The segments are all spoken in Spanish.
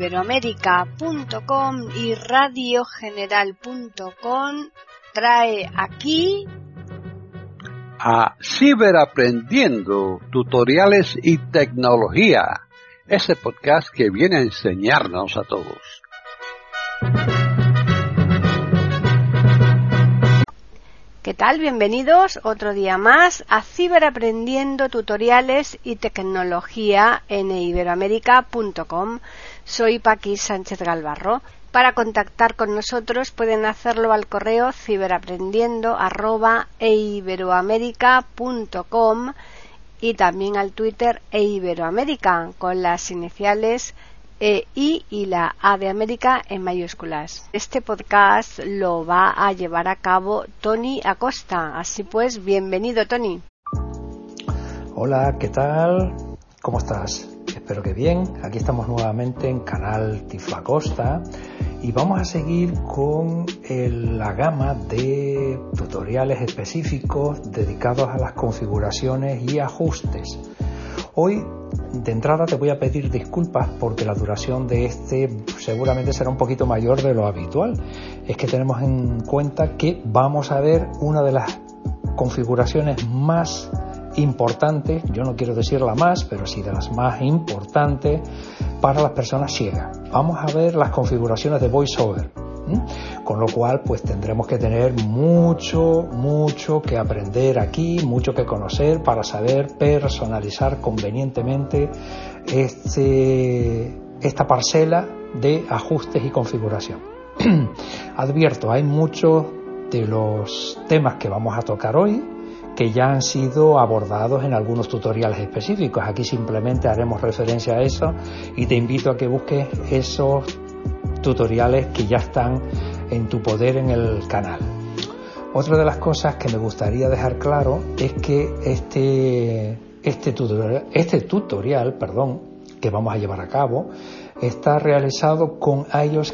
eiberoamerica.com y radiogeneral.com trae aquí a Ciberaprendiendo, tutoriales y tecnología, ese podcast que viene a enseñarnos a todos. ¿Qué tal? Bienvenidos otro día más a Ciberaprendiendo, tutoriales y tecnología en eiberoamerica.com. Soy Paqui Sánchez Galvarro. Para contactar con nosotros pueden hacerlo al correo ciberaprendiendo@eiberoamerica.com y también al Twitter eiberoamerica con las iniciales I y la A de América en mayúsculas. Este podcast lo va a llevar a cabo Tony Acosta. Así pues, bienvenido, Tony. Hola, ¿qué tal? ¿Cómo estás? Espero que bien. Aquí estamos nuevamente en Canal Tiflo Acosta y vamos a seguir con la gama de tutoriales específicos dedicados a las configuraciones y ajustes. Hoy, de entrada, te voy a pedir disculpas porque la duración de este seguramente será un poquito mayor de lo habitual. Es que tenemos en cuenta que vamos a ver una de las configuraciones más importantes, yo no quiero decir la más, pero sí de las más importantes para las personas ciegas. Vamos a ver las configuraciones de VoiceOver, con lo cual pues tendremos que tener mucho que aprender aquí, mucho que conocer para saber personalizar convenientemente esta parcela de ajustes y configuración. Advierto, hay muchos de los temas que vamos a tocar hoy que ya han sido abordados en algunos tutoriales específicos. Aquí simplemente haremos referencia a eso y te invito a que busques esos tutoriales que ya están en tu poder en el canal. Otra de las cosas que me gustaría dejar claro es que este tutorial que vamos a llevar a cabo está realizado con iOS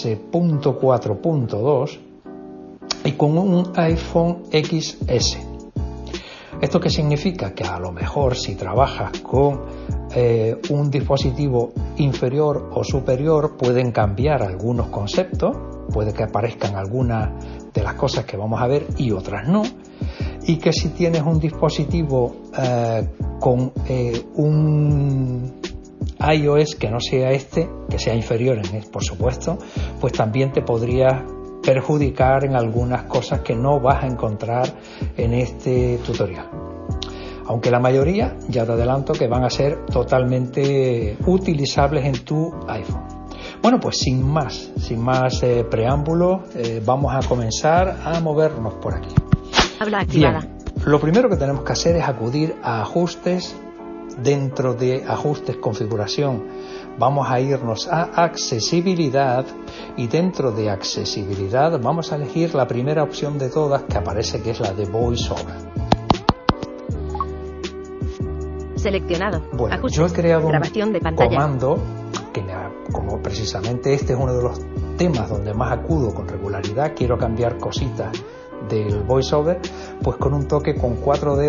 14.4.2 y con un iPhone XS. ¿Esto qué significa? Que a lo mejor si trabajas con un dispositivo inferior o superior pueden cambiar algunos conceptos, puede que aparezcan algunas de las cosas que vamos a ver y otras no, y que si tienes un dispositivo con un iOS que no sea que sea inferior por supuesto, pues también te podría perjudicar en algunas cosas que no vas a encontrar en este tutorial. Aunque la mayoría, ya te adelanto, que van a ser totalmente utilizables en tu iPhone. Bueno, pues sin más preámbulo, vamos a comenzar a movernos por aquí. Habla activada. Bien, lo primero que tenemos que hacer es acudir a ajustes. Dentro de ajustes, configuración, vamos a irnos a accesibilidad y dentro de accesibilidad vamos a elegir la primera opción de todas que aparece, que es la de VoiceOver. Seleccionado. Bueno, Ajustes. yo he creado Grabación de pantalla. comando que como precisamente este es uno de los temas donde más acudo con regularidad, quiero cambiar cositas del VoiceOver, pues con un toque con 4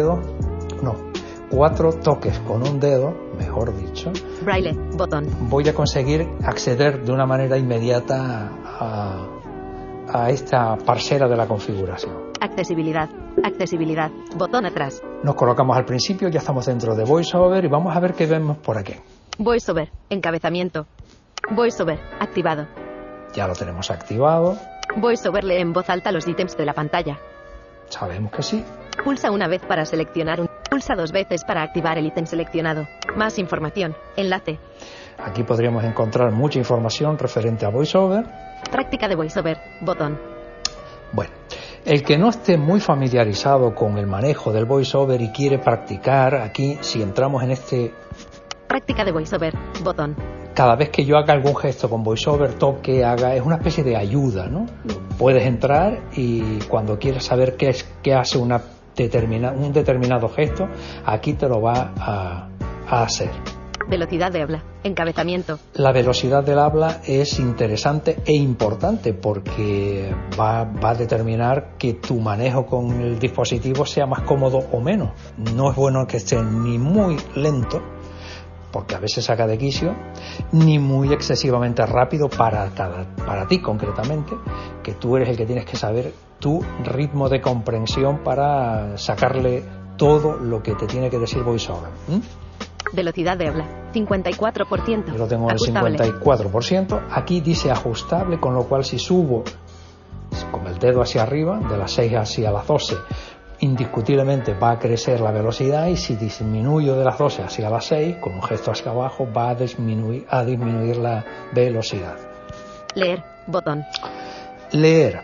toques con un dedo, mejor dicho, Braille, botón. voy a conseguir acceder de una manera inmediata a esta parcela de la configuración. Accesibilidad, botón atrás. Nos colocamos al principio, ya estamos dentro de VoiceOver y vamos a ver qué vemos por aquí. VoiceOver, encabezamiento. VoiceOver, activado. Ya lo tenemos activado. VoiceOver lee en voz alta los ítems de la pantalla. Sabemos que sí. Pulsa una vez para seleccionar Pulsa 2 veces para activar el ítem seleccionado. Más información. Enlace. Aquí podríamos encontrar mucha información referente a VoiceOver. Práctica de VoiceOver. Botón. Bueno, el que no esté muy familiarizado con el manejo del VoiceOver y quiere practicar, aquí si entramos en Práctica de VoiceOver. Botón. Cada vez que yo haga algún gesto con VoiceOver, es una especie de ayuda, ¿no? Puedes entrar y cuando quieras saber qué hace un determinado gesto, aquí te lo va a hacer. Velocidad de habla. Encabezamiento. La velocidad del habla es interesante e importante porque va a determinar que tu manejo con el dispositivo sea más cómodo o menos. No es bueno que esté ni muy lento porque a veces saca de quicio, ni muy excesivamente rápido para ti concretamente, que tú eres el que tienes que saber tu ritmo de comprensión para sacarle todo lo que te tiene que decir VoiceOver. Velocidad de habla, 54%. Yo lo tengo al 54%. Aquí dice ajustable, con lo cual si subo con el dedo hacia arriba, de las 6 hacia las 12, indiscutiblemente va a crecer la velocidad, y si disminuyo de las 12 hacia las 6, con un gesto hacia abajo, va a disminuir la velocidad. Leer, botón. Leer.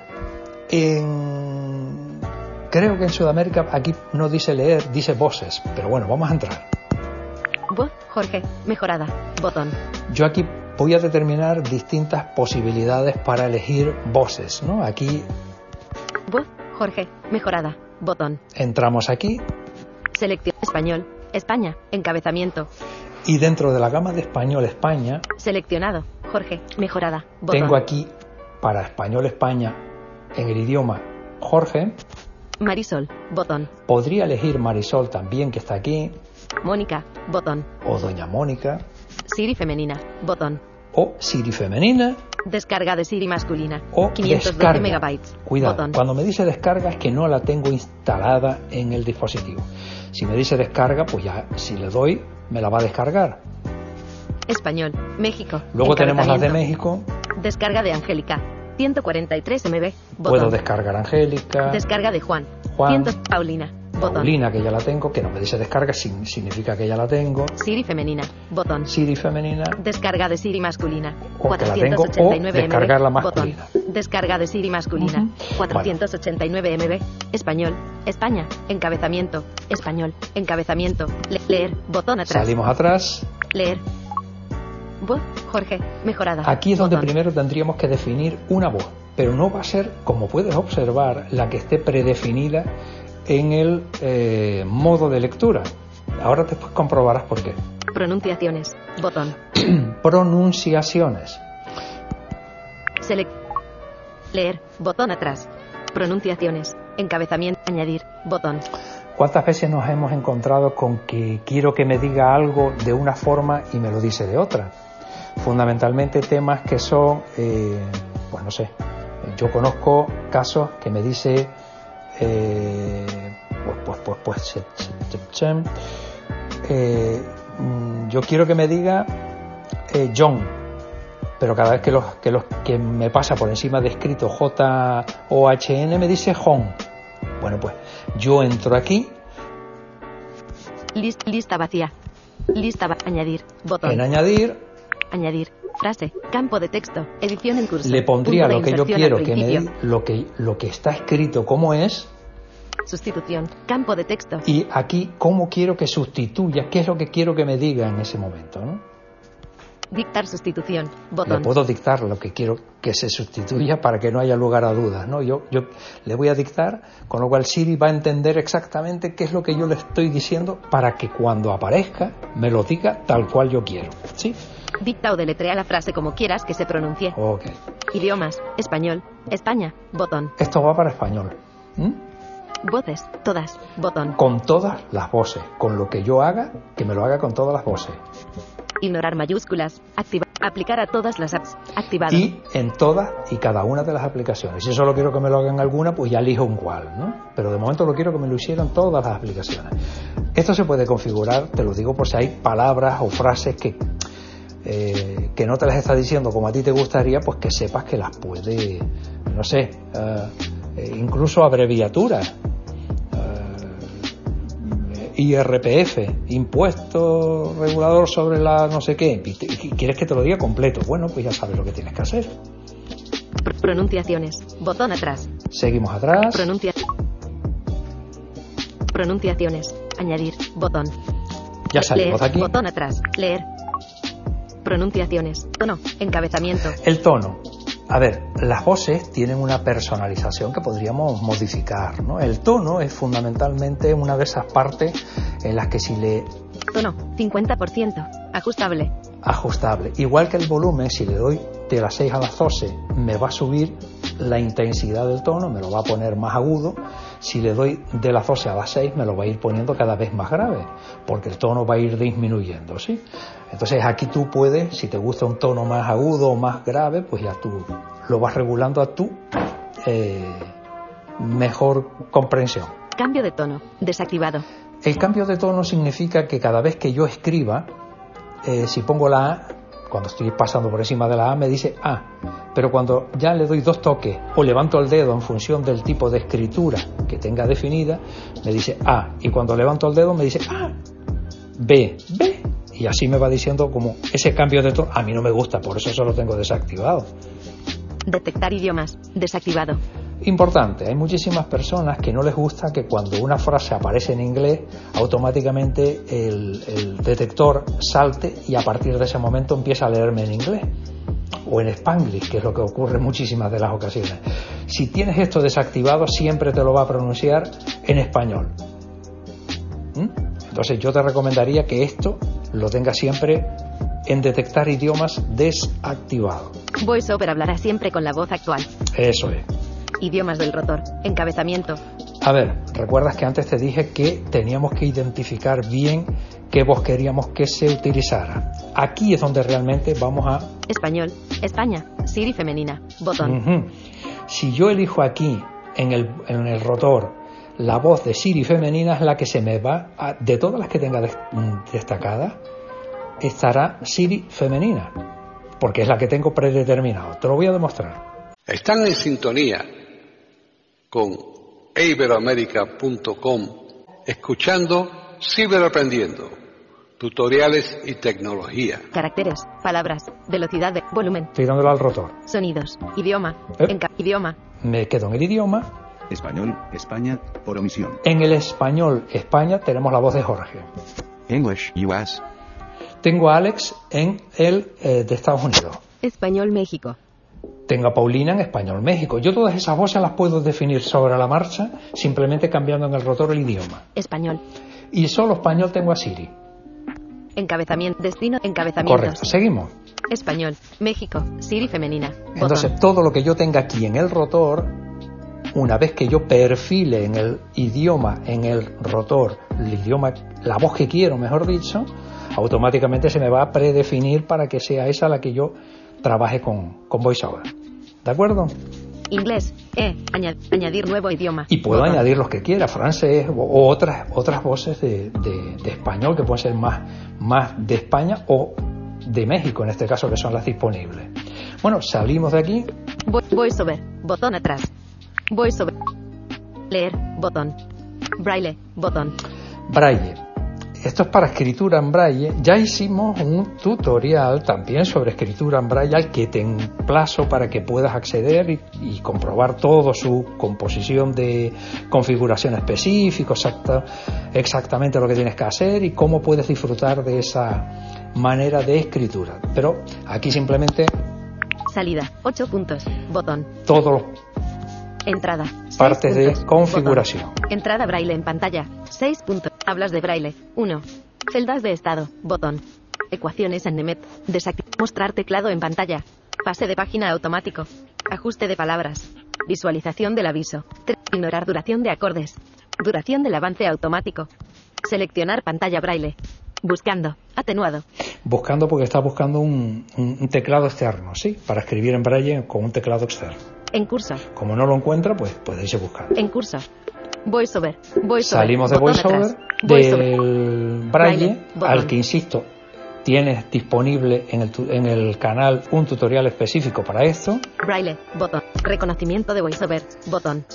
Creo que en Sudamérica aquí no dice leer, dice voces, pero bueno, vamos a entrar. Voz, Jorge, mejorada, botón. Yo aquí voy a determinar distintas posibilidades para elegir voces, ¿no? Aquí. Voz, Jorge, mejorada, botón. Entramos aquí. Selección español, España, encabezamiento. Y dentro de la gama de español España. Seleccionado, Jorge, mejorada, botón. Tengo aquí para español España en el idioma Jorge. Marisol, botón. Podría elegir Marisol también, que está aquí. Mónica, botón. O Doña Mónica. Siri femenina, botón. O Siri femenina. Descarga de Siri masculina. O 512 descarga. megabytes. Cuidado, botón. cuando me dice descarga es que no la tengo instalada en el dispositivo. Si me dice descarga, pues ya, si le doy, me la va a descargar. Español, México. Luego tenemos las de México. Descarga de Angélica, 143 MB. Botón. Puedo descargar Angélica. Descarga de Juan. Paulina. Botón. Paulina, que ya la tengo, que no me dice descarga, significa que ya la tengo. Siri femenina, botón. Siri femenina. Descarga de Siri masculina, O que la tengo, o 489 descargar la MB. masculina. Botón. Descarga de Siri masculina, 489 MB. Español, España, encabezamiento. Español, encabezamiento. Leer, botón atrás. Salimos atrás. Leer. Voz, Jorge, mejorada. Aquí es donde botón. primero tendríamos que definir una voz, pero no va a ser, como puedes observar, la que esté predefinida en el modo de lectura. Ahora después comprobarás por qué. Pronunciaciones, botón. Pronunciaciones. Leer, botón atrás. Pronunciaciones, encabezamiento, añadir, botón. ¿Cuántas veces nos hemos encontrado con que quiero que me diga algo de una forma y me lo dice de otra? Fundamentalmente temas que son, pues no sé, yo conozco casos que me dice, yo quiero que me diga John, pero cada vez que me pasa por encima de escrito J-O-H-N me dice John. Bueno, pues yo entro aquí. Lista vacía. Añadir, botón. En añadir. Añadir, frase, campo de texto, edición en curso. Le pondría lo que yo quiero que me diga, lo que está escrito como es. Sustitución, campo de texto. Y aquí cómo quiero que sustituya, qué es lo que quiero que me diga en ese momento, ¿no? Dictar sustitución, botón. Le puedo dictar lo que quiero que se sustituya para que no haya lugar a dudas, ¿no? Yo le voy a dictar, con lo cual Siri va a entender exactamente qué es lo que yo le estoy diciendo para que cuando aparezca me lo diga tal cual yo quiero, ¿sí? Dicta o deletrea la frase como quieras que se pronuncie. Ok. Idiomas, español, España, botón. Esto va para español. Voces, todas, botón. Con todas las voces. Con lo que yo haga, que me lo haga con todas las voces. Ignorar mayúsculas, aplicar a todas las apps, activado. Y en todas y cada una de las aplicaciones. Si solo quiero que me lo hagan alguna, pues ya elijo un cual, ¿no? Pero de momento lo quiero que me lo hicieran todas las aplicaciones. Esto se puede configurar, te lo digo por si hay palabras o frases que no te las está diciendo como a ti te gustaría, pues que sepas que las puede, no sé, incluso abreviaturas. IRPF, impuesto regulador sobre la no sé qué, y quieres que te lo diga completo, bueno, pues ya sabes lo que tienes que hacer. Pronunciaciones, botón atrás. Seguimos atrás. Pronunciaciones, añadir, botón. Ya salimos leer, aquí. Botón atrás, leer. Pronunciaciones, tono, encabezamiento. El tono. A ver, las voces tienen una personalización que podríamos modificar, ¿no? El tono es fundamentalmente una de esas partes en las que si le... Tono, 50%, ajustable. Ajustable. Igual que el volumen, si le doy de las 6 a las 12 me va a subir la intensidad del tono, me lo va a poner más agudo. Si le doy de las 12 a las 6 me lo va a ir poniendo cada vez más grave, porque el tono va a ir disminuyendo, ¿sí? Entonces aquí tú puedes, si te gusta un tono más agudo o más grave, pues ya tú lo vas regulando a tu mejor comprensión. Cambio de tono. Desactivado. El cambio de tono significa que cada vez que yo escriba, si pongo la A, cuando estoy pasando por encima de la A me dice A, pero cuando ya le doy 2 toques o levanto el dedo en función del tipo de escritura que tenga definida, me dice A, y cuando levanto el dedo me dice A, B, B, y así me va diciendo como ese cambio de tono. A mí no me gusta, por eso solo tengo desactivado. Detectar idiomas. Desactivado. Importante, hay muchísimas personas que no les gusta que cuando una frase aparece en inglés, automáticamente el detector salte y a partir de ese momento empieza a leerme en inglés o en Spanglish, que es lo que ocurre en muchísimas de las ocasiones. Si tienes esto desactivado, siempre te lo va a pronunciar en español. Entonces yo te recomendaría que esto lo tengas siempre en detectar idiomas desactivado. VoiceOver hablará siempre con la voz actual. Eso es. Idiomas del rotor. Encabezamiento. A ver, ¿recuerdas que antes te dije que teníamos que identificar bien qué voz queríamos que se utilizara? Aquí es donde realmente vamos a... Español. España. Siri femenina. Botón. Si yo elijo aquí, en el rotor, la voz de Siri femenina, es la que se me va a... De todas las que tenga destacadas, estará Siri femenina, porque es la que tengo predeterminado. Te lo voy a demostrar. Están en sintonía con iberoamerica.com, escuchando Ciberaprendiendo, tutoriales y tecnología. Caracteres, palabras, velocidad de volumen. Estoy dándole al rotor. Sonidos, idioma, idioma. Me quedo en el idioma. Español, España, por omisión. En el español, España, tenemos la voz de Jorge. English, US. Tengo a Alex en el de Estados Unidos. Español, México. Tengo a Paulina en español, México. Yo todas esas voces las puedo definir sobre la marcha, simplemente cambiando en el rotor el idioma. Español. Y solo español tengo a Siri. Encabezamiento, destino, encabezamientos. Correcto, seguimos. Español, México, Siri femenina. Botón. Entonces, todo lo que yo tenga aquí en el rotor, una vez que yo perfile en el idioma, en el rotor, el idioma, la voz que quiero, mejor dicho, automáticamente se me va a predefinir para que sea esa la que yo trabaje con VoiceOver. ¿De acuerdo? Inglés, añadir nuevo idioma. Y puedo Botón. añadir los que quiera, francés o otras voces de español que pueden ser más de España o de México, en este caso, que son las disponibles. Bueno, salimos de aquí. VoiceOver, botón atrás. VoiceOver, leer, botón. Braille, botón. Braille. Esto es para escritura en Braille. Ya hicimos un tutorial también sobre escritura en Braille al que te emplazo para que puedas acceder y comprobar todo su composición de configuración específica, exactamente lo que tienes que hacer y cómo puedes disfrutar de esa manera de escritura. Pero aquí simplemente... Salida, 8 puntos, botón. Todos los Entrada. partes de puntos, configuración. botón. Entrada braille en pantalla. 6 puntos. Hablas de braille. 1. Celdas de estado. Botón. Ecuaciones en Nemet. Mostrar teclado en pantalla. Pase de página automático. Ajuste de palabras. Visualización del aviso. 3. Ignorar duración de acordes. Duración del avance automático. Seleccionar pantalla braille. Buscando. Atenuado. Buscando porque está buscando un teclado externo, ¿sí? Para escribir en braille con un teclado externo. En curso. Como no lo encuentra, pues puede irse buscando. En curso. VoiceOver. Salimos de VoiceOver, del braille, al que, insisto, tienes disponible en el canal un tutorial específico para esto. Braille, botón. Reconocimiento de VoiceOver, botón.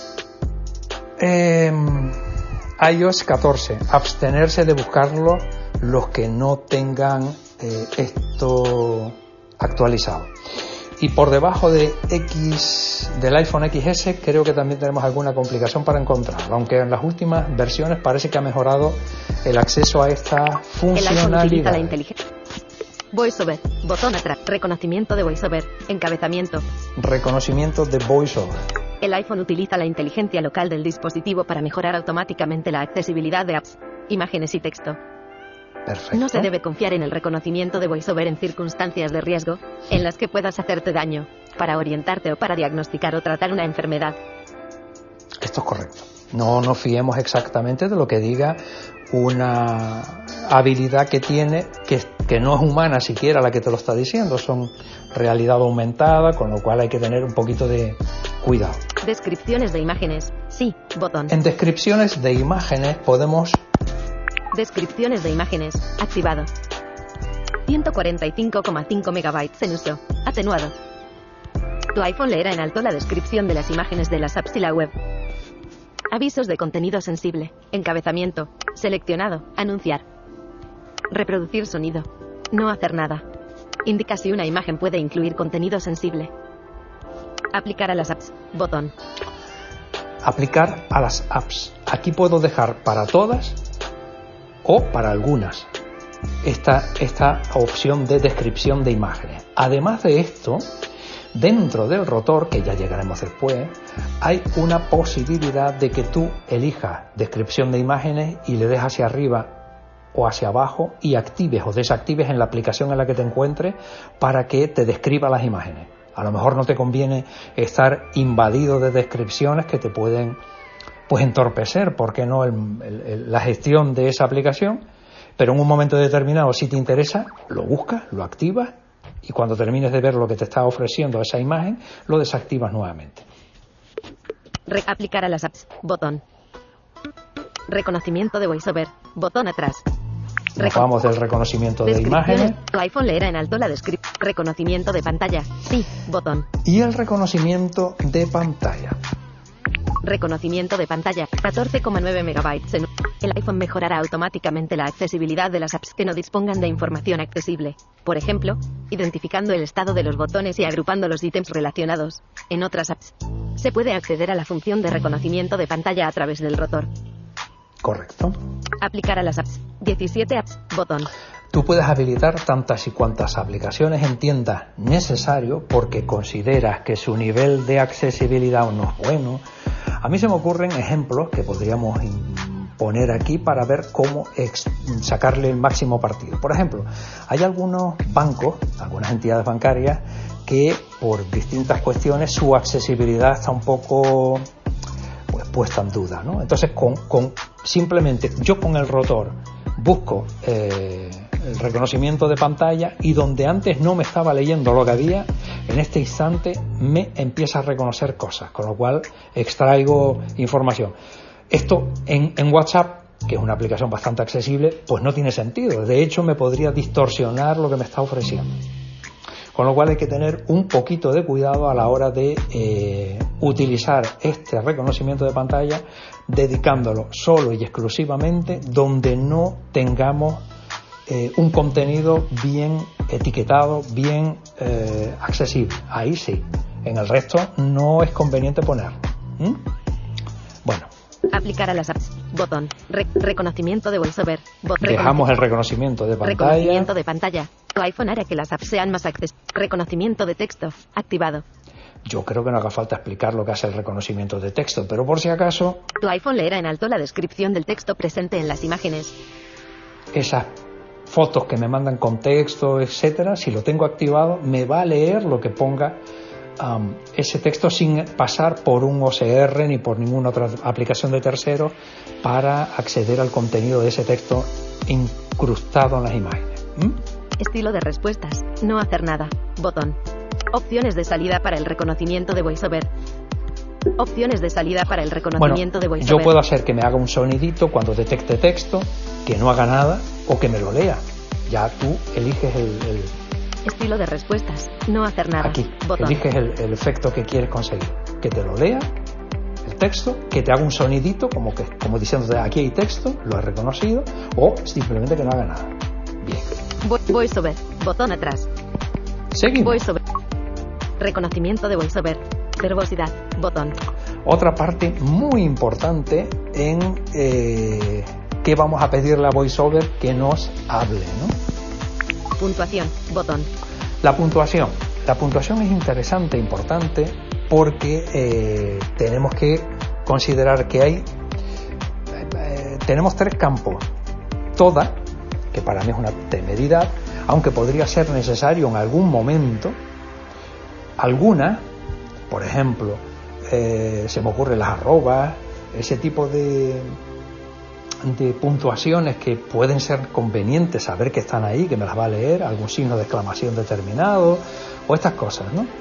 iOS 14. Abstenerse de buscarlo los que no tengan esto actualizado. Y por debajo de del iPhone XS creo que también tenemos alguna complicación para encontrarlo, aunque en las últimas versiones parece que ha mejorado el acceso a esta funcionalidad. El iPhone utiliza la inteligencia. VoiceOver, botón atrás. Reconocimiento de VoiceOver, encabezamiento. Reconocimiento de VoiceOver. El iPhone utiliza la inteligencia local del dispositivo para mejorar automáticamente la accesibilidad de apps, imágenes y texto. Perfecto. No se debe confiar en el reconocimiento de VoiceOver en circunstancias de riesgo, en las que puedas hacerte daño, para orientarte o para diagnosticar o tratar una enfermedad. Esto es correcto. No nos fiemos exactamente de lo que diga una habilidad que tiene, que no es humana siquiera la que te lo está diciendo, son realidad aumentada, con lo cual hay que tener un poquito de cuidado. Descripciones de imágenes. Sí, botón. En descripciones de imágenes podemos... Descripciones de imágenes. Activado. 145,5 megabytes en uso. Atenuado. Tu iPhone leerá en alto la descripción de las imágenes de las apps y la web. Avisos de contenido sensible. Encabezamiento. Seleccionado. Anunciar. Reproducir sonido. No hacer nada. Indica si una imagen puede incluir contenido sensible. Aplicar a las apps. Botón. Aplicar a las apps. Aquí puedo dejar para todas o para algunas esta opción de descripción de imágenes. Además de esto, dentro del rotor, que ya llegaremos después, hay una posibilidad de que tú elijas descripción de imágenes y le des hacia arriba o hacia abajo y actives o desactives en la aplicación en la que te encuentres para que te describa las imágenes. A lo mejor no te conviene estar invadido de descripciones que te pueden pues entorpecer, ¿por qué no?, la gestión de esa aplicación, pero en un momento determinado, si te interesa, lo buscas, lo activas y cuando termines de ver lo que te está ofreciendo esa imagen, lo desactivas nuevamente. Aplicar a las apps. Botón. Reconocimiento de VoiceOver. Botón atrás. Nos vamos del reconocimiento de imágenes. Tu iPhone leerá en alto la descripción. Reconocimiento de pantalla. Sí. Botón. Y el reconocimiento de pantalla. Reconocimiento de pantalla. 14,9 megabytes. El iPhone mejorará automáticamente la accesibilidad de las apps que no dispongan de información accesible. Por ejemplo, identificando el estado de los botones y agrupando los ítems relacionados. En otras apps, se puede acceder a la función de reconocimiento de pantalla a través del rotor. Correcto. Aplicar a las apps. 17 apps. Botón. Tú puedes habilitar tantas y cuantas aplicaciones entiendas necesario porque consideras que su nivel de accesibilidad no es bueno. A mí se me ocurren ejemplos que podríamos poner aquí para ver cómo sacarle el máximo partido. Por ejemplo, hay algunos bancos, algunas entidades bancarias que por distintas cuestiones su accesibilidad está un poco puesta en duda, ¿no? Entonces simplemente yo con el rotor busco el reconocimiento de pantalla y donde antes no me estaba leyendo lo que había, en este instante me empieza a reconocer cosas, con lo cual extraigo información. Esto en WhatsApp, que es una aplicación bastante accesible, pues no tiene sentido. De hecho, me podría distorsionar lo que me está ofreciendo. Con lo cual hay que tener un poquito de cuidado a la hora de utilizar este reconocimiento de pantalla, dedicándolo solo y exclusivamente donde no tengamos un contenido bien etiquetado, bien accesible. Ahí sí. En el resto no es conveniente ponerlo. Bueno. Aplicar a las apps. Botón. Reconocimiento de VoiceOver. Dejamos el reconocimiento de pantalla. Reconocimiento de pantalla. Tu iPhone hará que las apps sean más accesibles. Reconocimiento de texto. Activado. Yo creo que no haga falta explicar lo que hace el reconocimiento de texto, pero por si acaso... Tu iPhone leerá en alto la descripción del texto presente en las imágenes. Esas fotos que me mandan con texto, etcétera, si lo tengo activado, me va a leer lo que ponga ese texto sin pasar por un OCR ni por ninguna otra aplicación de terceros para acceder al contenido de ese texto incrustado en las imágenes. Estilo de respuestas. No hacer nada. Botón. Opciones de salida para el reconocimiento de VoiceOver. Opciones de salida para el reconocimiento de VoiceOver. Yo puedo hacer que me haga un sonidito cuando detecte texto, que no haga nada o que me lo lea. Ya tú eliges el estilo de respuestas. No hacer nada. Aquí, botón. Eliges el efecto que quieres conseguir. Que te lo lea, el texto, que te haga un sonidito, como diciéndote aquí hay texto, lo he reconocido, o simplemente que no haga nada. Bien. VoiceOver. Botón atrás. Seguimos. VoiceOver. Reconocimiento de VoiceOver. Verbosidad. Botón. Otra parte muy importante en que vamos a pedirle a VoiceOver que nos hable, ¿no? Puntuación. Botón. La puntuación. La puntuación es interesante, importante, porque tenemos que considerar que tenemos tres campos. Toda, que para mí es una temeridad, aunque podría ser necesario en algún momento. Algunas, por ejemplo, se me ocurren las arrobas, ese tipo de puntuaciones que pueden ser convenientes saber que están ahí, que me las va a leer, algún signo de exclamación determinado, o estas cosas, ¿no?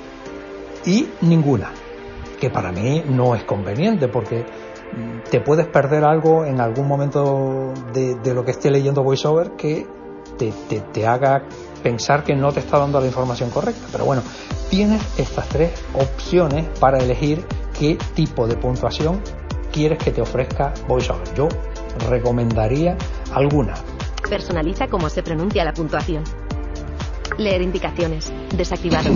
Y ninguna, que para mí no es conveniente, porque te puedes perder algo en algún momento de lo que esté leyendo VoiceOver que te haga pensar que no te está dando la información correcta. Pero bueno, tienes estas tres opciones para elegir qué tipo de puntuación quieres que te ofrezca VoiceOver. Yo recomendaría alguna. Personaliza cómo se pronuncia la puntuación. Leer indicaciones. Desactivado.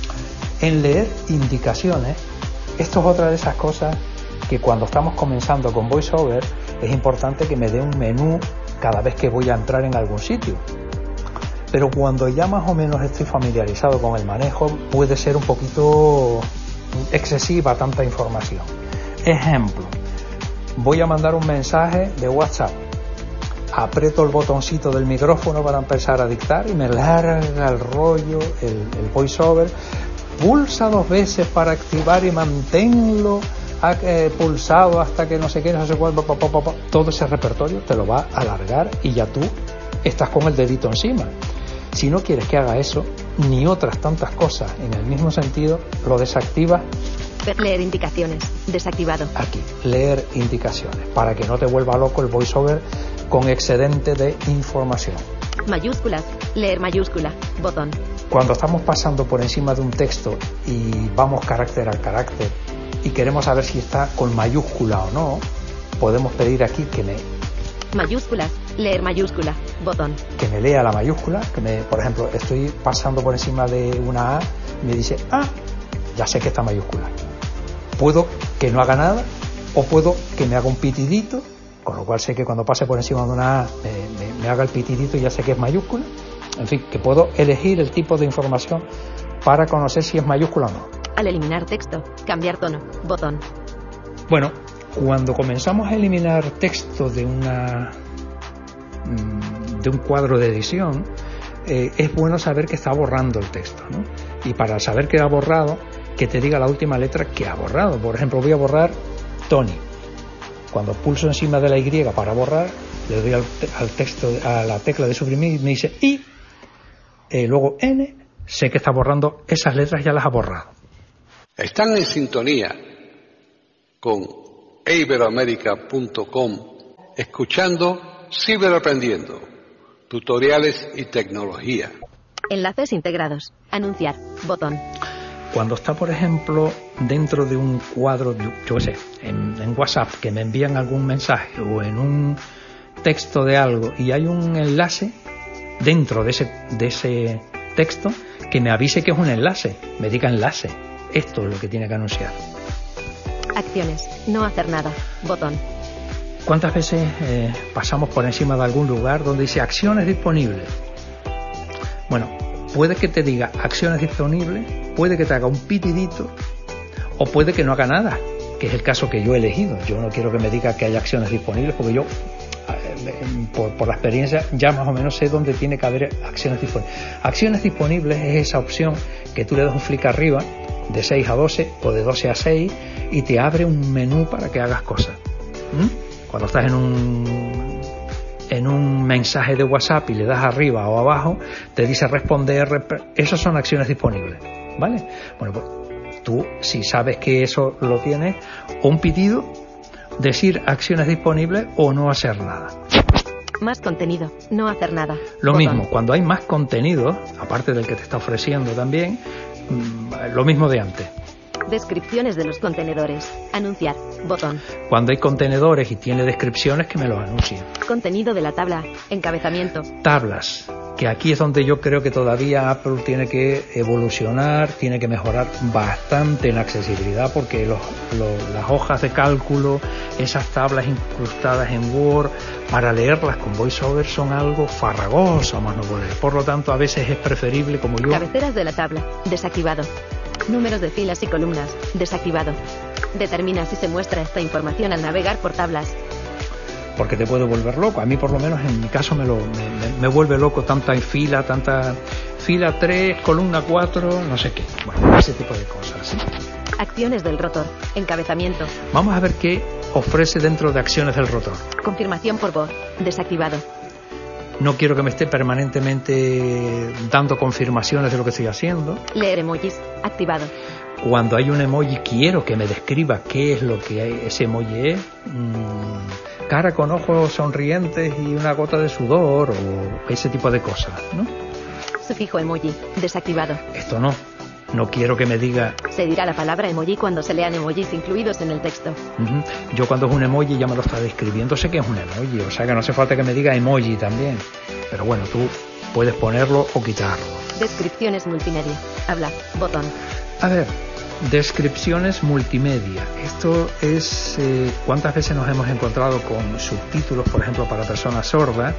En leer indicaciones, esto es otra de esas cosas que cuando estamos comenzando con VoiceOver es importante que me dé un menú cada vez que voy a entrar en algún sitio. Pero cuando ya más o menos estoy familiarizado con el manejo, puede ser un poquito excesiva tanta información. Ejemplo, voy a mandar un mensaje de WhatsApp, aprieto el botoncito del micrófono para empezar a dictar y me larga el rollo, el VoiceOver, pulsa 2 veces para activar y manténlo pulsado hasta que no sé qué, no sé cuál, todo ese repertorio te lo va a alargar y ya tú estás con el dedito encima. Si no quieres que haga eso, ni otras tantas cosas en el mismo sentido, lo desactivas. Leer indicaciones. Desactivado. Aquí, leer indicaciones, para que no te vuelva loco el VoiceOver con excedente de información. Mayúsculas. Leer mayúscula. Botón. Cuando estamos pasando por encima de un texto y vamos carácter al carácter y queremos saber si está con mayúscula o no, podemos pedir aquí que mayúsculas. Leer mayúscula. Botón. Que me lea la mayúscula, por ejemplo, estoy pasando por encima de una A y me dice ya sé que está mayúscula. Puedo que no haga nada o puedo que me haga un pitidito, con lo cual sé que cuando pase por encima de una A me haga el pitidito y ya sé que es mayúscula. En fin, que puedo elegir el tipo de información para conocer si es mayúscula o no. Al eliminar texto, cambiar tono. Botón. Bueno, cuando comenzamos a eliminar texto de un cuadro de edición, es bueno saber que está borrando el texto, ¿no? Y para saber que ha borrado, que te diga la última letra que ha borrado. Por ejemplo, voy a borrar Tony. Cuando pulso encima de la Y para borrar, le doy al texto, a la tecla de suprimir y me dice I, luego N, sé que está borrando esas letras, ya las ha borrado. Están en sintonía con iberoamerica.com, escuchando Ciberaprendiendo, tutoriales y tecnología. Enlaces integrados. Anunciar. Botón. Cuando está, por ejemplo, dentro de un cuadro, yo qué sé, en WhatsApp, que me envían algún mensaje o en un texto de algo y hay un enlace dentro de ese texto, que me avise que es un enlace, me diga enlace. Esto es lo que tiene que anunciar. Acciones. No hacer nada. Botón. ¿Cuántas veces pasamos por encima de algún lugar donde dice acciones disponibles? Bueno, puede que te diga acciones disponibles, puede que te haga un pitidito o puede que no haga nada, que es el caso que yo he elegido. Yo no quiero que me diga que hay acciones disponibles porque yo, por la experiencia, ya más o menos sé dónde tiene que haber acciones disponibles. Acciones disponibles es esa opción que tú le das un flick arriba de 6 a 12 o de 12 a 6 y te abre un menú para que hagas cosas. Cuando estás en un mensaje de WhatsApp y le das arriba o abajo, te dice responder, esas son acciones disponibles, ¿vale? Bueno, pues tú, si sabes que eso lo tienes, un pedido, decir acciones disponibles o no hacer nada. Más contenido, no hacer nada. Lo Botón. mismo, cuando hay más contenido, aparte del que te está ofreciendo también, lo mismo de antes. Descripciones de los contenedores. Anunciar. Botón. Cuando hay contenedores y tiene descripciones, que me los anuncien. Contenido de la tabla. Encabezamiento. Tablas, que aquí es donde yo creo que todavía Apple tiene que evolucionar, tiene que mejorar bastante en accesibilidad, porque las hojas de cálculo, esas tablas incrustadas en Word, para leerlas con VoiceOver son algo farragoso, más no poder. Por lo tanto, a veces es preferible, como yo... Cabeceras de la tabla. Desactivado. Números de filas y columnas. Desactivado. Determina si se muestra esta información al navegar por tablas. porque te puede volver loco. A mí, por lo menos, en mi caso, me vuelve loco tanta fila 3, columna 4, no sé qué. Bueno, ese tipo de cosas, ¿sí? Acciones del rotor. Encabezamiento. Vamos a ver qué ofrece dentro de acciones del rotor. Confirmación por voz. Desactivado. No quiero que me esté permanentemente dando confirmaciones de lo que estoy haciendo. Leer emojis. Activado. Cuando hay un emoji, quiero que me describa qué es lo que ese emoji es. Cara con ojos sonrientes y una gota de sudor o ese tipo de cosas, ¿no? Sufijo emoji. Desactivado. Esto no. No quiero que me diga... Se dirá la palabra emoji cuando se lean emojis incluidos en el texto. Yo cuando es un emoji ya me lo está describiendo, sé que es un emoji, o sea que no hace falta que me diga emoji también. Pero bueno, tú puedes ponerlo o quitarlo. Descripciones multimedia. Habla. Botón. A ver, descripciones multimedia. Esto es... ¿cuántas veces nos hemos encontrado con subtítulos, por ejemplo, para personas sordas?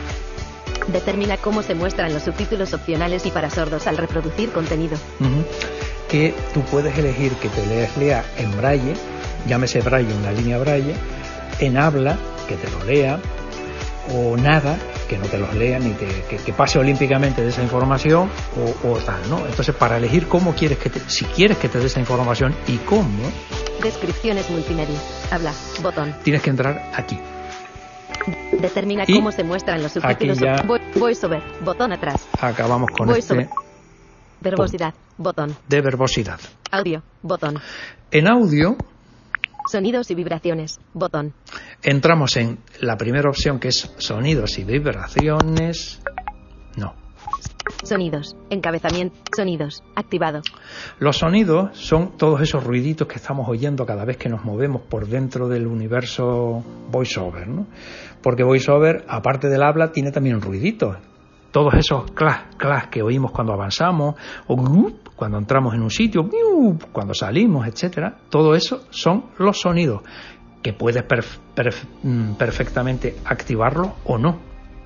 Determina cómo se muestran los subtítulos opcionales y para sordos al reproducir contenido. Que tú puedes elegir que te lea en braille, llámese braille, una línea braille, en habla, que te lo lea, o nada, que no te los lea, ni que pase olímpicamente de esa información, o tal, ¿no? Entonces, para elegir cómo quieres si quieres que te dé esa información y cómo... Descripciones multimedia. Habla. Botón. Tienes que entrar aquí. Determina cómo se muestran los subtítulos. Ya... VoiceOver. Botón atrás. Acabamos con VoiceOver. Verbosidad. Botón. De verbosidad. Audio. Botón. En audio... Sonidos y vibraciones. Botón. Entramos en la primera opción, que es sonidos y vibraciones. No. Sonidos. Encabezamiento. Sonidos. Activado. Los sonidos son todos esos ruiditos que estamos oyendo cada vez que nos movemos por dentro del universo VoiceOver, ¿no? Porque VoiceOver, aparte del habla, tiene también ruiditos. Todos esos clas que oímos cuando avanzamos, o cuando entramos en un sitio, cuando salimos, etcétera. Todo eso son los sonidos que puedes perfectamente activarlos o no.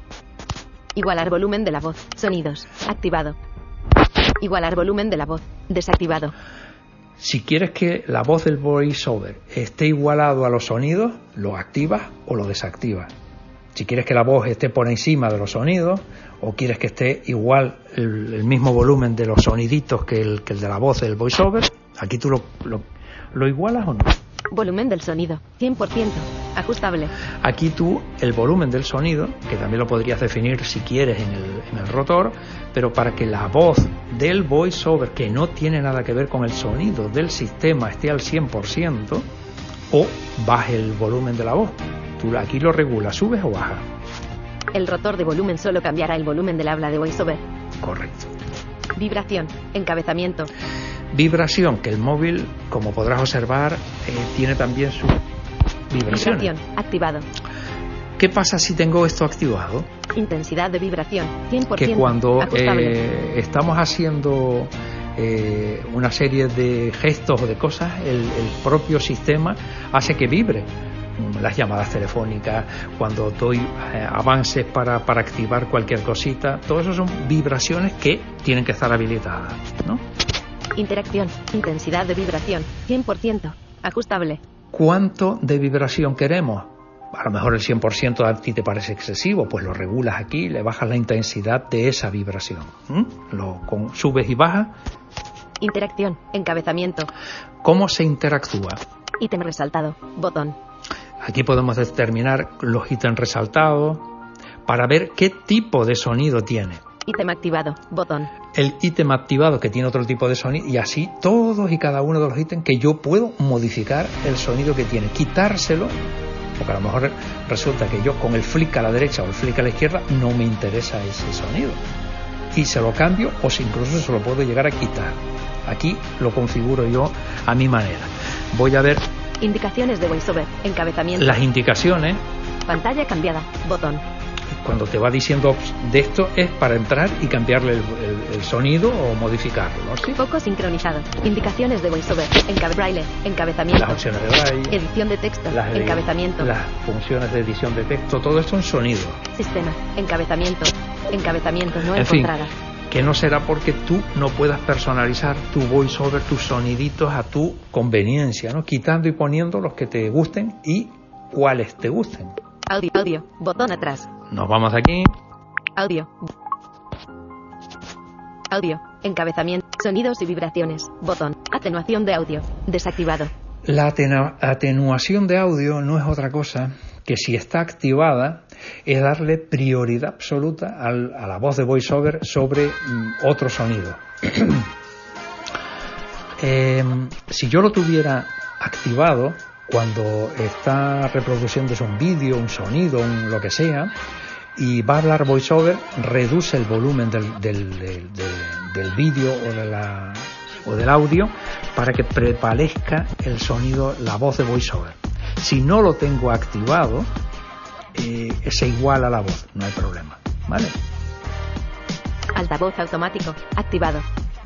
Igualar volumen de la voz. Sonidos. Activado. Igualar volumen de la voz. Desactivado. Si quieres que la voz del VoiceOver esté igualado a los sonidos, lo activas o lo desactivas. Si quieres que la voz esté por encima de los sonidos, o quieres que esté igual el mismo volumen de los soniditos que el de la voz del VoiceOver, aquí tú lo igualas o no. Volumen del sonido. 100%. Ajustable. Aquí tú el volumen del sonido, que también lo podrías definir si quieres en el rotor, pero para que la voz del VoiceOver, que no tiene nada que ver con el sonido del sistema, esté al 100%, o baje el volumen de la voz. Tú aquí lo regulas, subes o bajas. El rotor de volumen solo cambiará el volumen del habla de VoiceOver. Correcto. Vibración. Encabezamiento. Vibración, que el móvil, como podrás observar, tiene también su vibración. Vibración. Activado. ¿Qué pasa si tengo esto activado? Intensidad de vibración. 100%. Que cuando estamos haciendo una serie de gestos o de cosas, el propio sistema hace que vibre. Las llamadas telefónicas, cuando doy avances para activar cualquier cosita, todo eso son vibraciones que tienen que estar habilitadas, ¿no? Interacción, intensidad de vibración, 100%, ajustable. ¿Cuánto de vibración queremos? A lo mejor el 100% a ti te parece excesivo, pues lo regulas aquí, le bajas la intensidad de esa vibración. Subes y bajas. Interacción, encabezamiento. ¿Cómo se interactúa? Ítem resaltado, botón. Aquí podemos determinar los ítems resaltados para ver qué tipo de sonido tiene. Ítem activado, botón. El ítem activado, que tiene otro tipo de sonido, y así todos y cada uno de los ítems que yo puedo modificar el sonido que tiene, quitárselo, porque a lo mejor resulta que yo con el flick a la derecha o el flick a la izquierda no me interesa ese sonido, y se lo cambio o si incluso se lo puedo llegar a quitar. Aquí lo configuro yo a mi manera. Voy a ver indicaciones de VoiceOver, encabezamiento. Las indicaciones. Pantalla cambiada, botón. Cuando te va diciendo de esto es para entrar y cambiarle el sonido o modificarlo, ¿no? ¿Sí? Foco sincronizado. Indicaciones de VoiceOver, braille, encabezamiento. Las opciones de braille. Edición de texto, encabezamiento. Las funciones de edición de texto, todo esto en sonido. Sistema, encabezamiento no en encontrada. Fin, que no será porque tú no puedas personalizar tu VoiceOver, tus soniditos a tu conveniencia, ¿no? Quitando y poniendo los que te gusten y cuáles te gusten. Audio. Botón atrás. Nos vamos de aquí. Audio. Encabezamiento. Sonidos y vibraciones. Botón. Atenuación de audio. Desactivado. La atenuación de audio no es otra cosa que, si está activada, es darle prioridad absoluta a la voz de VoiceOver sobre otro sonido. Si yo lo tuviera activado cuando está reproduciéndose un vídeo, un sonido, lo que sea, y va a hablar VoiceOver, reduce el volumen del vídeo o del audio para que prevalezca el sonido, la voz de VoiceOver. Si no lo tengo activado, es igual a la voz, no hay problema, ¿vale? Altavoz automático activado.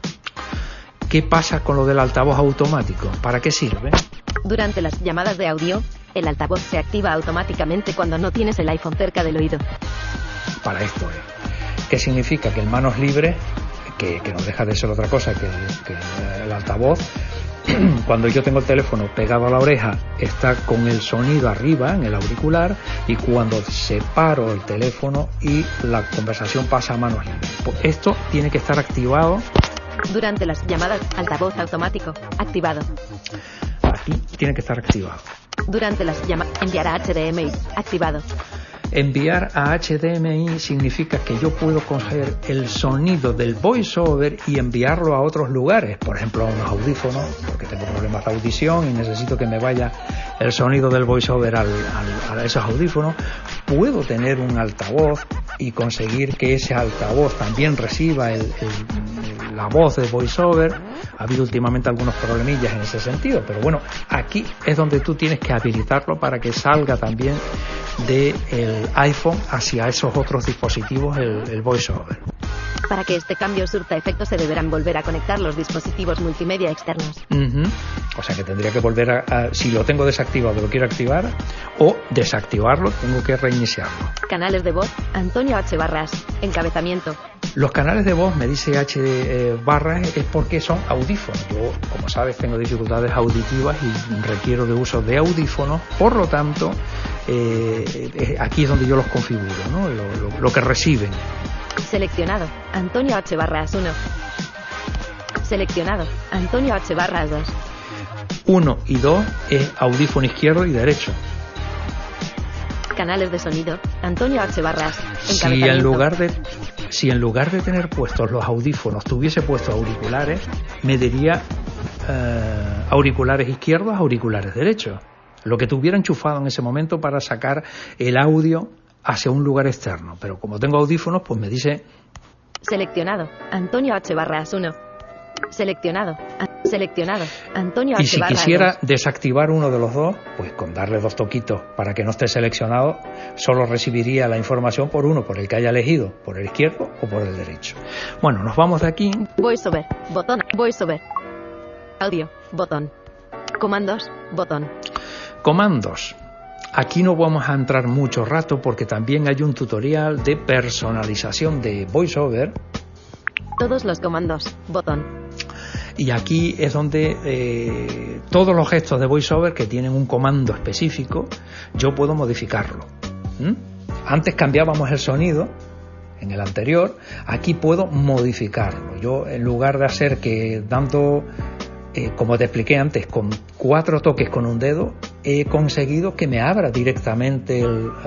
¿Qué pasa con lo del altavoz automático? ¿Para qué sirve? Durante las llamadas de audio, el altavoz se activa automáticamente cuando no tienes el iPhone cerca del oído. Para esto es. ¿Qué significa? Que en manos libres, que no deja de ser otra cosa que el altavoz, cuando yo tengo el teléfono pegado a la oreja, está con el sonido arriba en el auricular, y cuando separo el teléfono y la conversación pasa a manos libres. Pues esto tiene que estar activado. Durante las llamadas, altavoz automático activado. Aquí tiene que estar activado. Durante las llamadas, enviar a HDMI activado. Enviar a HDMI significa que yo puedo coger el sonido del VoiceOver y enviarlo a otros lugares, por ejemplo a unos audífonos, porque tengo problemas de audición y necesito que me vaya el sonido del VoiceOver a esos audífonos. Puedo tener un altavoz y conseguir que ese altavoz también reciba la voz de VoiceOver. Ha habido últimamente algunos problemillas en ese sentido, pero bueno, aquí es donde tú tienes que habilitarlo para que salga también del iPhone hacia esos otros dispositivos el VoiceOver. Para que este cambio surta efecto, se deberán volver a conectar los dispositivos multimedia externos. O sea que tendría que volver si lo tengo desactivado, lo quiero activar, o desactivarlo, tengo que reiniciarlo. Canales de voz, Antonio H. Barras. Encabezamiento. Los canales de voz, me dice H. Barras, es porque son audífonos. Yo, como sabes, tengo dificultades auditivas y requiero de uso de audífonos, por lo tanto, aquí es donde yo los configuro, ¿no? Lo que reciben. Seleccionado, Antonio H. Barras 1. Seleccionado, Antonio H. Barras 2. 1 y 2 es audífono izquierdo y derecho. Canales de sonido, Antonio H. Barras. Si en lugar de tener puestos los audífonos tuviese puestos auriculares, me diría auriculares izquierdos, auriculares derechos. Lo que tuviera enchufado en ese momento para sacar el audio hacia un lugar externo. Pero como tengo audífonos, pues me dice... Seleccionado, Antonio H. Barras 1. Seleccionado, Antonio H. Y si Barras quisiera 2. desactivar uno de los dos, pues con darle 2 toquitos para que no esté seleccionado, solo recibiría la información por el que haya elegido, por el izquierdo o por el derecho. Bueno, nos vamos de aquí. VoiceOver, botón, VoiceOver. Audio, botón. Comandos, botón. Comandos. Aquí no vamos a entrar mucho rato porque también hay un tutorial de personalización de VoiceOver. Todos los comandos, botón. Y aquí es donde todos los gestos de VoiceOver que tienen un comando específico, yo puedo modificarlo. Antes cambiábamos el sonido en el anterior, aquí puedo modificarlo. Yo, en lugar de hacer que dando... como te expliqué antes, con 4 toques con un dedo, he conseguido que me abra directamente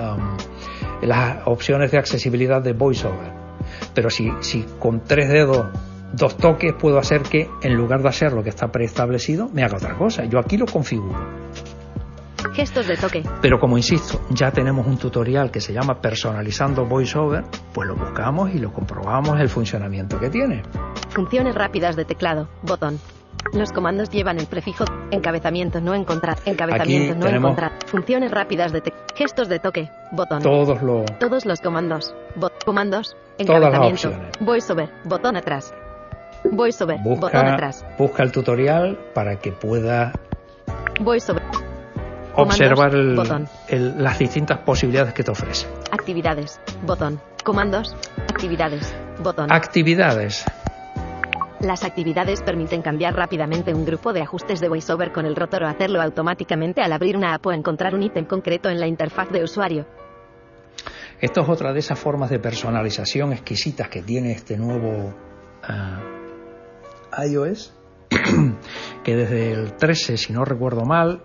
las opciones de accesibilidad de VoiceOver. Pero si con 3 dedos, 2 toques, puedo hacer que, en lugar de hacer lo que está preestablecido, me haga otra cosa. Yo aquí lo configuro. Gestos de toque. Pero como insisto, ya tenemos un tutorial que se llama Personalizando VoiceOver, pues lo buscamos y lo comprobamos el funcionamiento que tiene. Funciones rápidas de teclado, botón. Los comandos llevan el prefijo encabezamiento no encontrar. Encabezamiento Aquí no tenemos encontrar. Funciones rápidas de gestos de toque, botón. Todos los comandos. Comandos. Todas las Encabezamiento. opciones. VoiceOver, botón atrás. VoiceOver, botón atrás. Busca el tutorial para que pueda VoiceOver. observar botón. las distintas posibilidades que te ofrece. Actividades, botón. Comandos, actividades, botón. Actividades. Las actividades permiten cambiar rápidamente un grupo de ajustes de VoiceOver con el rotor o hacerlo automáticamente al abrir una app o encontrar un ítem concreto en la interfaz de usuario. Esto es otra de esas formas de personalización exquisitas que tiene este nuevo iOS, que desde el 13, si no recuerdo mal,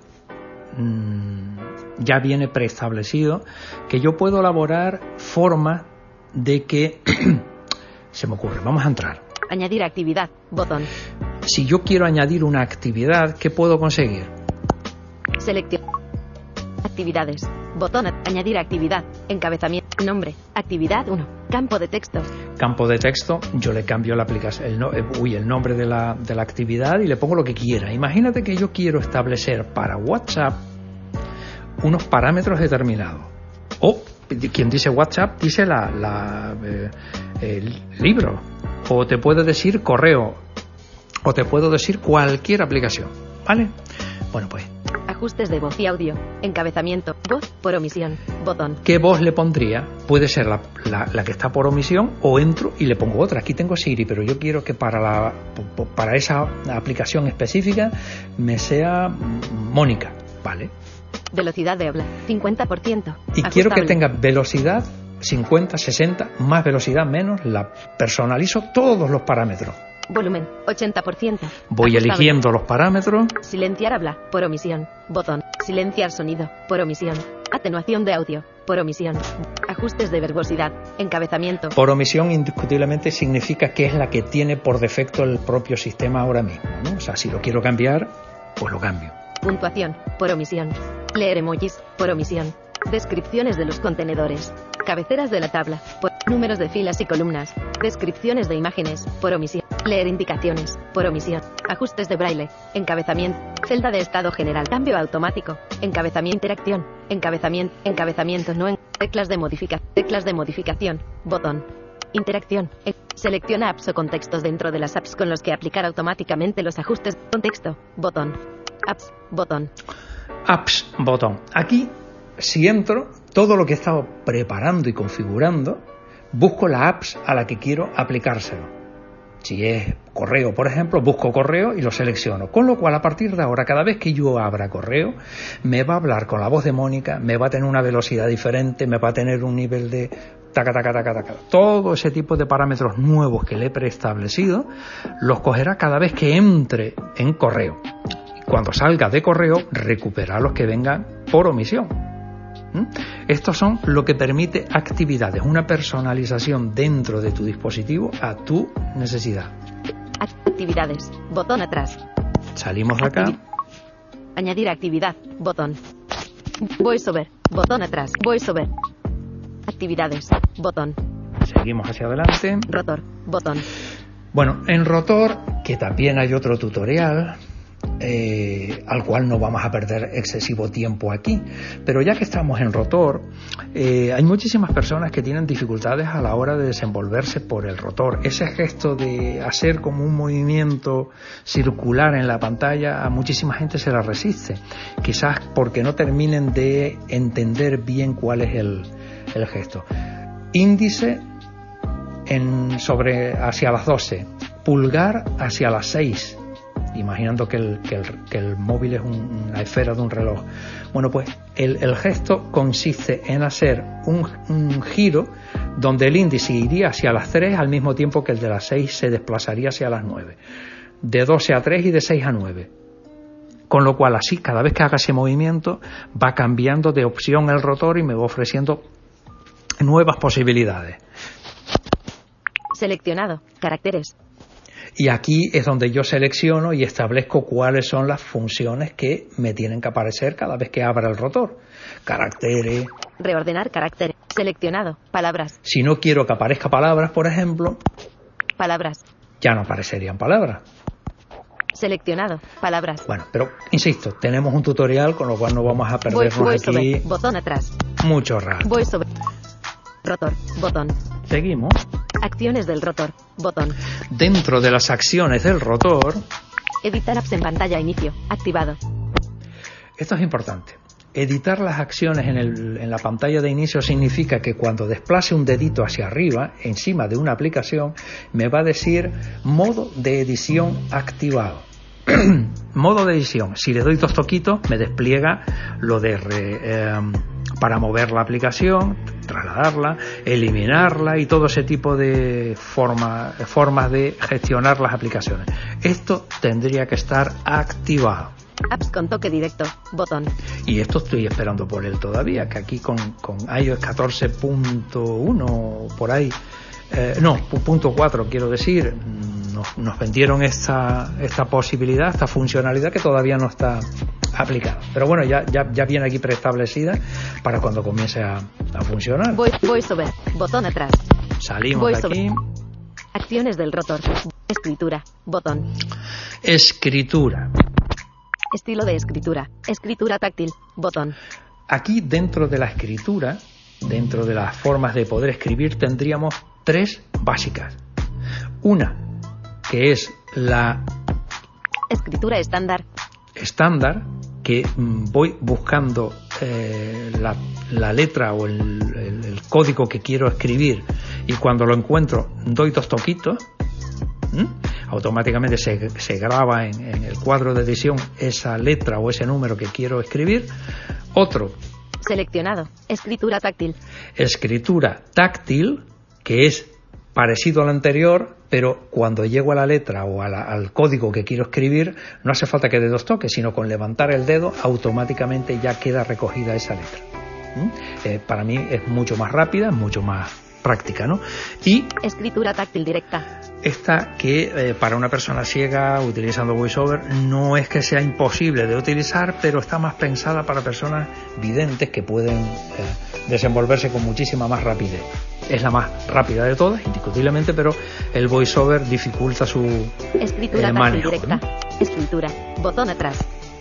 ya viene preestablecido, que yo puedo elaborar formas de que se me ocurre, vamos a entrar. Añadir actividad, botón. Si yo quiero añadir una actividad, ¿qué puedo conseguir? Selección. Actividades. Botón. Añadir actividad. Encabezamiento. Nombre. Actividad 1. Campo de texto. Campo de texto, yo le cambio la aplicación, el nombre de la actividad y le pongo lo que quiera. Imagínate que yo quiero establecer para WhatsApp unos parámetros determinados. O quien dice WhatsApp dice el libro. O te puede decir correo. O te puedo decir cualquier aplicación. ¿Vale? Bueno, pues. Ajustes de voz y audio. Encabezamiento. Voz por omisión. Botón. ¿Qué voz le pondría? Puede ser la que está por omisión o entro y le pongo otra. Aquí tengo Siri, pero yo quiero que para esa aplicación específica me sea Mónica. ¿Vale? Velocidad de habla. 50%. Y Ajustable. quiero que tenga velocidad 50, 60, más velocidad, menos. La personalizo todos los parámetros. Volumen, 80%. Voy Ajustable. eligiendo los parámetros. Silenciar habla, por omisión. Botón. Silenciar sonido, por omisión. Atenuación de audio, por omisión. Ajustes de verbosidad. Encabezamiento. Por omisión, indiscutiblemente, significa que es la que tiene por defecto el propio sistema ahora mismo, ¿no? O sea, si lo quiero cambiar, pues lo cambio. Puntuación, por omisión. Leer emojis, por omisión. Descripciones de los contenedores. Cabeceras de la tabla, por números de filas y columnas. Descripciones de imágenes, por omisión. Leer indicaciones, por omisión. Ajustes de braille. Encabezamiento. Celda de estado general. Cambio automático. Encabezamiento. Interacción. Encabezamiento no en. Teclas de modificación. Botón. Interacción. Selecciona apps o contextos dentro de las apps con los que aplicar automáticamente los ajustes. Contexto. Botón. Apps. Botón. Apps, botón. Aquí, si entro, todo lo que he estado preparando y configurando, busco la apps a la que quiero aplicárselo. Si es correo, por ejemplo, busco correo y lo selecciono. Con lo cual, a partir de ahora, cada vez que yo abra correo, me va a hablar con la voz de Mónica, me va a tener una velocidad diferente, me va a tener un nivel de taca. Todo ese tipo de parámetros nuevos que le he preestablecido, los cogerá cada vez que entre en correo. Cuando salga de correo, recuperar los que vengan por omisión. Estos son lo que permite actividades, una personalización dentro de tu dispositivo a tu necesidad. Actividades. Botón atrás. Salimos de acá. Añadir actividad. Botón. VoiceOver. Botón atrás. VoiceOver. Actividades. Botón. Seguimos hacia adelante. Rotor. Botón. Bueno, en Rotor, que también hay otro tutorial, al cual no vamos a perder excesivo tiempo aquí, pero ya que estamos en Rotor, hay muchísimas personas que tienen dificultades a la hora de desenvolverse por el rotor. Ese gesto de hacer como un movimiento circular en la pantalla, a muchísima gente se la resiste, quizás porque no terminen de entender bien cuál es el gesto. Índice hacia las 12, pulgar hacia las 6, imaginando que el móvil es una esfera de un reloj. Bueno, pues el gesto consiste en hacer un giro donde el índice iría hacia las 3 al mismo tiempo que el de las 6 se desplazaría hacia las 9. De 12 a 3 y de 6 a 9. Con lo cual, así, cada vez que haga ese movimiento, va cambiando de opción el rotor y me va ofreciendo nuevas posibilidades. Seleccionado. Caracteres. Y aquí es donde yo selecciono y establezco cuáles son las funciones que me tienen que aparecer cada vez que abra el rotor. Caracteres. Reordenar caracteres. Seleccionado. Palabras. Si no quiero que aparezca palabras, por ejemplo, Palabras. ya no aparecerían palabras. Seleccionado. Palabras. Bueno, pero insisto, tenemos un tutorial, con lo cual no vamos a perdernos VoiceOver. aquí Botón atrás. mucho rato. VoiceOver. Rotor. Botón. Seguimos. Acciones del rotor. Botón. Dentro de las acciones del rotor, Editar apps en pantalla inicio. Activado. esto es importante. Editar las acciones en la pantalla de inicio significa que cuando desplace un dedito hacia arriba, encima de una aplicación, me va a decir modo de edición activado. Modo de edición. Si le doy dos toquitos, me despliega lo de para mover la aplicación, trasladarla, eliminarla y todo ese tipo de formas de gestionar las aplicaciones. Esto tendría que estar activado. Apps con toque directo, botón. Y esto estoy esperando por él todavía, que aquí con iOS 14.1 por ahí, punto 4 quiero decir, nos vendieron esta posibilidad, esta funcionalidad que todavía no está aplicada. Pero bueno, ya viene aquí preestablecida para cuando comience a funcionar. VoiceOver, botón atrás. Salimos de aquí. Acciones del rotor. Escritura, botón. Escritura. Estilo de escritura. Escritura táctil, botón. Aquí dentro de la escritura, dentro de las formas de poder escribir, tendríamos 3 básicas. Una, que es la escritura estándar, que voy buscando la letra o el código que quiero escribir, y cuando lo encuentro doy 2 toquitos, automáticamente se graba en el cuadro de edición esa letra o ese número que quiero escribir. Otro, seleccionado, escritura táctil, que es parecido al anterior, pero cuando llego a la letra o al código que quiero escribir, no hace falta que dé 2 toques, sino con levantar el dedo automáticamente ya queda recogida esa letra. Para mí es mucho más rápida, mucho más práctica, ¿no? Y escritura táctil directa. Esta que para una persona ciega utilizando VoiceOver no es que sea imposible de utilizar, pero está más pensada para personas videntes que pueden desenvolverse con muchísima más rapidez. Es la más rápida de todas, indiscutiblemente, pero el VoiceOver dificulta su escritura manejo, táctil directa. ¿no? Escritura, botón atrás.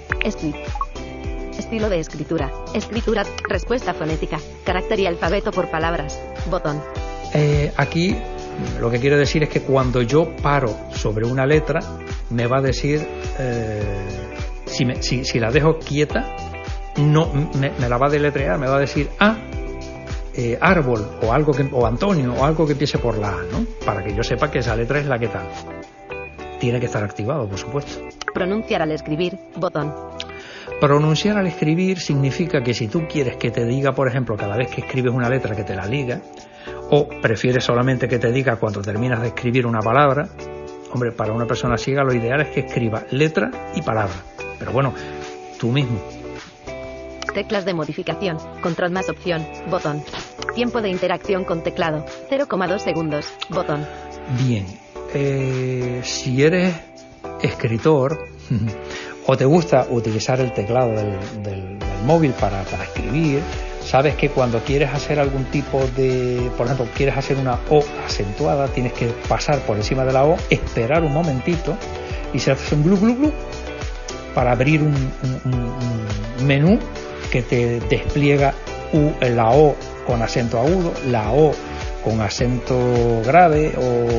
Estilo de escritura. Escritura, respuesta fonética. Carácter y alfabeto por palabras. Botón. Aquí lo que quiero decir es que cuando yo paro sobre una letra, me va a decir, si la dejo quieta, no me la va a deletrear, me va a decir árbol o Antonio o algo que empiece por la A, ¿no? Para que yo sepa que esa letra es la que tal. Tiene que estar activado, por supuesto. Pronunciar al escribir. Botón. Pronunciar al escribir significa que si tú quieres que te diga, por ejemplo, cada vez que escribes una letra que te la liga, o prefieres solamente que te diga cuando terminas de escribir una palabra, hombre, para una persona ciega lo ideal es que escriba letra y palabra. Pero bueno, tú mismo. Teclas de modificación. Control más opción. Botón. Tiempo de interacción con teclado. 0,2 segundos. Botón. Bien. Si eres escritor o te gusta utilizar el teclado del móvil para escribir, sabes que cuando quieres hacer algún tipo de, por ejemplo, quieres hacer una O acentuada, tienes que pasar por encima de la O, esperar un momentito y se hace un glu glu glu para abrir un menú que te despliega la O con acento agudo, la O con acento grave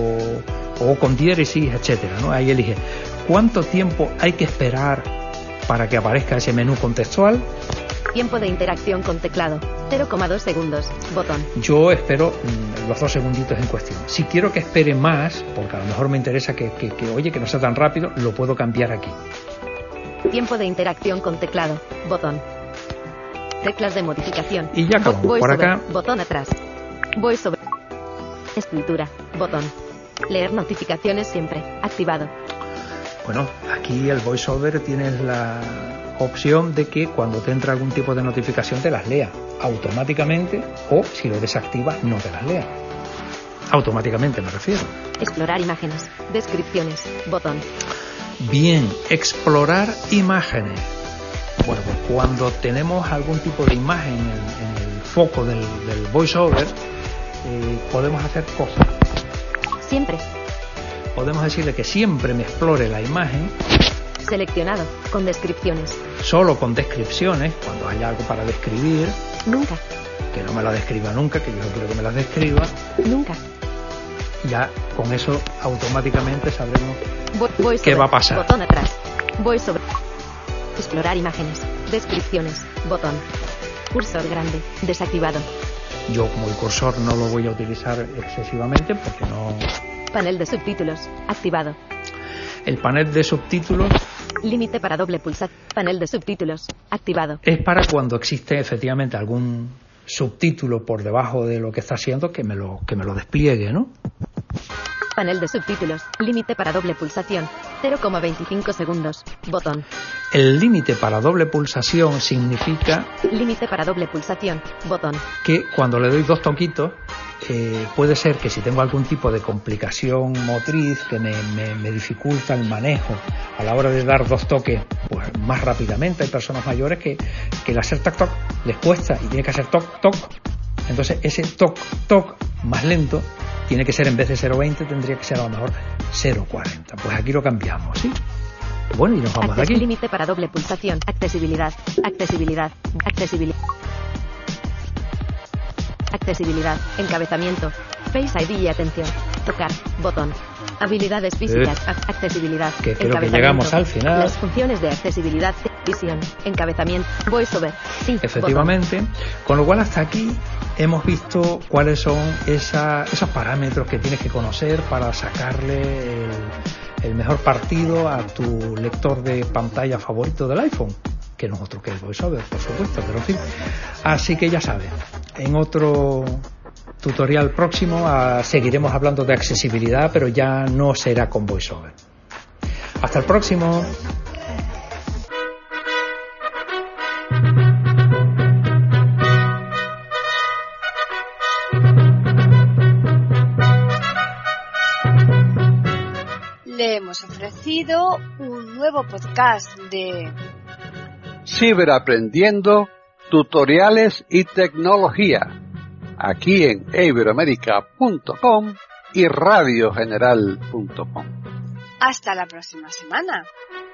o con diéresis, etcétera, ¿no? Ahí elige cuánto tiempo hay que esperar para que aparezca ese menú contextual. Tiempo de interacción con teclado. 0,2 segundos. Botón. Yo espero los 2 segunditos en cuestión. Si quiero que espere más, porque a lo mejor me interesa que no sea tan rápido, lo puedo cambiar aquí. Tiempo de interacción con teclado. Botón. Teclas de modificación. Y ya acabamos. Por acá. Botón atrás. VoiceOver. Escritura. Botón. Leer notificaciones siempre. Activado. Bueno, aquí el VoiceOver tienes la opción de que cuando te entra algún tipo de notificación te las lea automáticamente, o si lo desactivas no te las lea. Automáticamente me refiero. Explorar imágenes. Descripciones. Botón. Bien, explorar imágenes. Bueno, pues cuando tenemos algún tipo de imagen en el foco del VoiceOver, podemos hacer cosas. Siempre. Podemos decirle que siempre me explore la imagen. Seleccionado, con descripciones. Solo con descripciones, cuando haya algo para describir. Nunca. Que no me la describa nunca, que yo no quiero que me la describa. Nunca. Ya con eso automáticamente sabremos VoiceOver. qué va a pasar. Botón atrás. VoiceOver. Explorar imágenes. Descripciones. Botón. Cursor grande. Desactivado. Yo como el cursor no lo voy a utilizar excesivamente porque no... Panel de subtítulos. Activado. El panel de subtítulos Límite para doble pulsación. Panel de subtítulos. Activado. Es para cuando existe efectivamente algún subtítulo por debajo de lo que está haciendo que me lo despliegue, ¿no? Panel de subtítulos. Límite para doble pulsación. 0,25 segundos. Botón. El límite para doble pulsación significa Límite para doble pulsación. Botón. que cuando le doy 2 toquitos, puede ser que si tengo algún tipo de complicación motriz que me dificulta el manejo a la hora de dar 2 toques pues más rápidamente. Hay personas mayores que el hacer toc toc les cuesta y tiene que hacer toc toc. Entonces ese toc toc más lento tiene que ser, en vez de 0,20 tendría que ser a lo mejor 0,40. Pues aquí lo cambiamos, ¿sí? Bueno, y nos vamos de aquí. Límite para doble pulsación. Accesibilidad. Accesibilidad. Accesibilidad. Accesibilidad. Encabezamiento. Face ID y atención. Tocar. Botón. Habilidades físicas. Accesibilidad. Que creo que llegamos al final. Las funciones de accesibilidad. Visión. Encabezamiento. VoiceOver. Sí. Efectivamente. Botón. Con lo cual hasta aquí hemos visto cuáles son esos parámetros que tienes que conocer para sacarle el mejor partido a tu lector de pantalla favorito del iPhone, que no es otro que el VoiceOver, por supuesto, pero en fin. Así que ya sabes, en otro tutorial próximo seguiremos hablando de accesibilidad, pero ya no será con VoiceOver. Hasta el próximo. Le hemos ofrecido un nuevo podcast de Ciberaprendiendo, tutoriales y tecnología, aquí en iberoamerica.com y radiogeneral.com. Hasta la próxima semana.